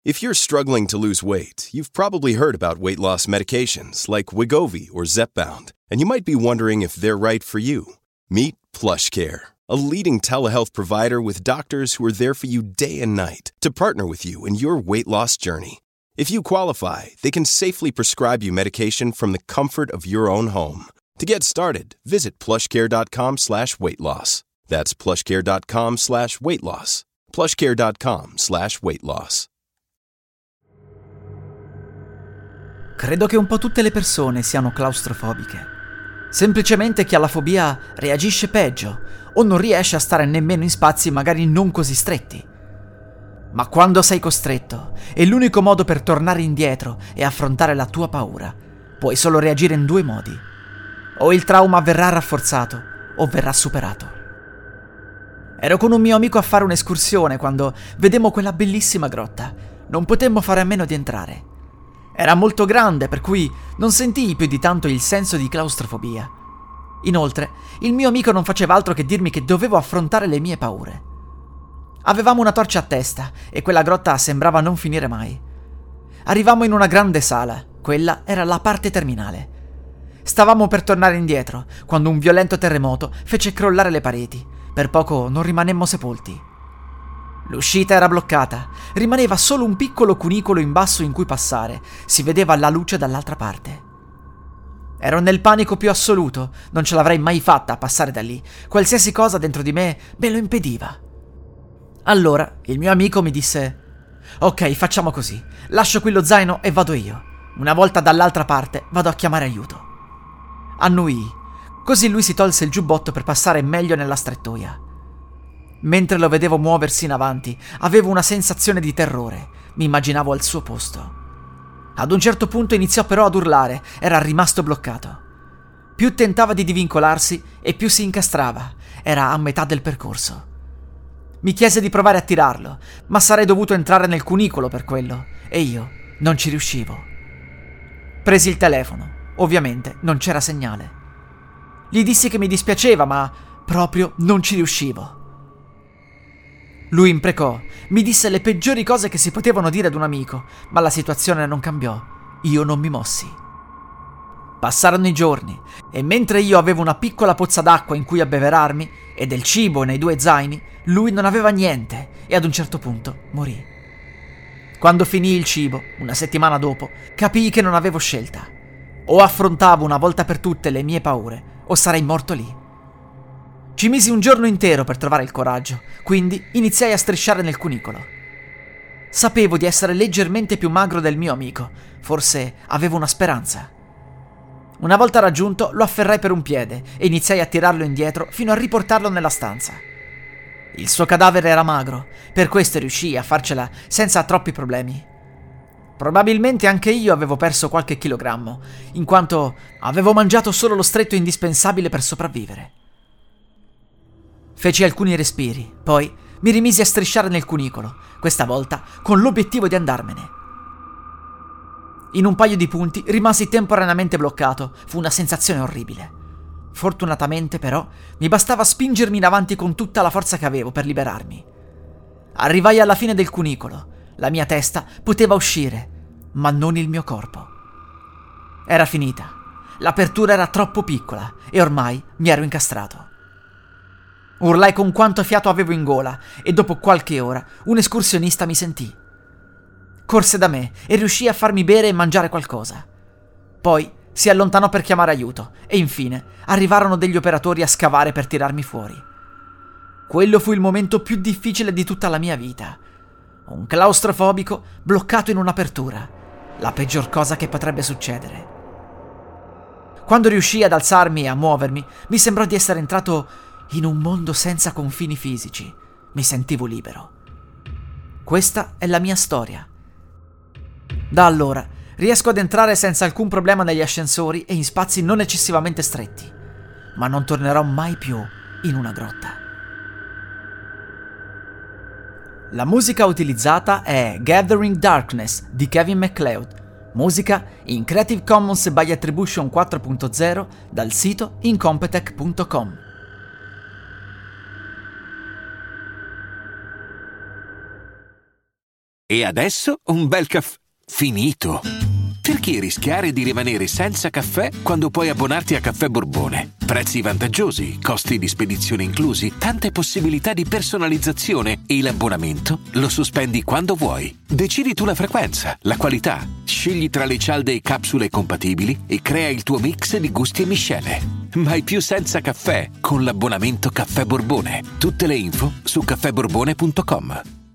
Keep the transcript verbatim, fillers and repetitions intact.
If you're struggling to lose weight, you've probably heard about weight loss medications like Wegovy or Zepbound, and you might be wondering if they're right for you. Meet PlushCare, a leading telehealth provider with doctors who are there for you day and night to partner with you in your weight loss journey. If you qualify, they can safely prescribe you medication from the comfort of your own home. To get started, visit plushcare.com slash weight loss. That's plushcare.com slash weight loss. plushcare.com slash weight loss. Credo che un po' tutte le persone siano claustrofobiche. Semplicemente chi ha la fobia reagisce peggio o non riesce a stare nemmeno in spazi magari non così stretti. Ma quando sei costretto e l'unico modo per tornare indietro e affrontare la tua paura, puoi solo reagire in due modi. O il trauma verrà rafforzato o verrà superato. Ero con un mio amico a fare un'escursione quando vedemmo quella bellissima grotta. Non potemmo fare a meno di entrare. Era molto grande, per cui non sentii più di tanto il senso di claustrofobia. Inoltre, il mio amico non faceva altro che dirmi che dovevo affrontare le mie paure. Avevamo una torcia a testa e quella grotta sembrava non finire mai. Arrivammo in una grande sala, quella era la parte terminale. Stavamo per tornare indietro, quando un violento terremoto fece crollare le pareti. Per poco non rimanemmo sepolti. L'uscita era bloccata, rimaneva solo un piccolo cunicolo in basso in cui passare, si vedeva la luce dall'altra parte. Ero nel panico più assoluto, non ce l'avrei mai fatta a passare da lì, qualsiasi cosa dentro di me me lo impediva. Allora il mio amico mi disse: «Ok, facciamo così, lascio qui lo zaino e vado io. Una volta dall'altra parte vado a chiamare aiuto». Annuii, così lui si tolse il giubbotto per passare meglio nella strettoia. Mentre lo vedevo muoversi in avanti, avevo una sensazione di terrore. Mi immaginavo al suo posto. Ad un certo punto iniziò però ad urlare, era rimasto bloccato. Più tentava di divincolarsi e più si incastrava. Era a metà del percorso. Mi chiese di provare a tirarlo, ma sarei dovuto entrare nel cunicolo per quello, e io non ci riuscivo. Presi il telefono. Ovviamente non c'era segnale. Gli dissi che mi dispiaceva, ma proprio non ci riuscivo. Lui imprecò, mi disse le peggiori cose che si potevano dire ad un amico, ma la situazione non cambiò. Io non mi mossi. Passarono i giorni, e mentre io avevo una piccola pozza d'acqua in cui abbeverarmi e del cibo nei due zaini, lui non aveva niente e ad un certo punto morì. Quando finì il cibo, una settimana dopo, capii che non avevo scelta. O affrontavo una volta per tutte le mie paure, o sarei morto lì. Ci misi un giorno intero per trovare il coraggio, quindi iniziai a strisciare nel cunicolo. Sapevo di essere leggermente più magro del mio amico, forse avevo una speranza. Una volta raggiunto, lo afferrai per un piede e iniziai a tirarlo indietro fino a riportarlo nella stanza. Il suo cadavere era magro, per questo riuscii a farcela senza troppi problemi. Probabilmente anche io avevo perso qualche chilogrammo, in quanto avevo mangiato solo lo stretto indispensabile per sopravvivere. Feci alcuni respiri, poi mi rimisi a strisciare nel cunicolo, questa volta con l'obiettivo di andarmene. In un paio di punti rimasi temporaneamente bloccato, fu una sensazione orribile. Fortunatamente, però, mi bastava spingermi in avanti con tutta la forza che avevo per liberarmi. Arrivai alla fine del cunicolo, la mia testa poteva uscire, ma non il mio corpo. Era finita, l'apertura era troppo piccola e ormai mi ero incastrato. Urlai con quanto fiato avevo in gola e dopo qualche ora un escursionista mi sentì. Corse da me e riuscì a farmi bere e mangiare qualcosa. Poi si allontanò per chiamare aiuto e infine arrivarono degli operatori a scavare per tirarmi fuori. Quello fu il momento più difficile di tutta la mia vita. Un claustrofobico bloccato in un'apertura, la peggior cosa che potrebbe succedere. Quando riuscii ad alzarmi e a muovermi, mi sembrò di essere entrato in un mondo senza confini fisici. Mi sentivo libero. Questa è la mia storia. Da allora riesco ad entrare senza alcun problema negli ascensori e in spazi non eccessivamente stretti, ma non tornerò mai più in una grotta. La musica utilizzata è Gathering Darkness di Kevin MacLeod, musica in Creative Commons by Attribution quattro punto zero dal sito incompetech punto com. E adesso un bel caffè finito. Perché rischiare di rimanere senza caffè quando puoi abbonarti a Caffè Borbone? Prezzi vantaggiosi, costi di spedizione inclusi, tante possibilità di personalizzazione e l'abbonamento lo sospendi quando vuoi. Decidi tu la frequenza, la qualità, scegli tra le cialde e capsule compatibili e crea il tuo mix di gusti e miscele. Mai più senza caffè con l'abbonamento Caffè Borbone. Tutte le info su caffè borbone punto com.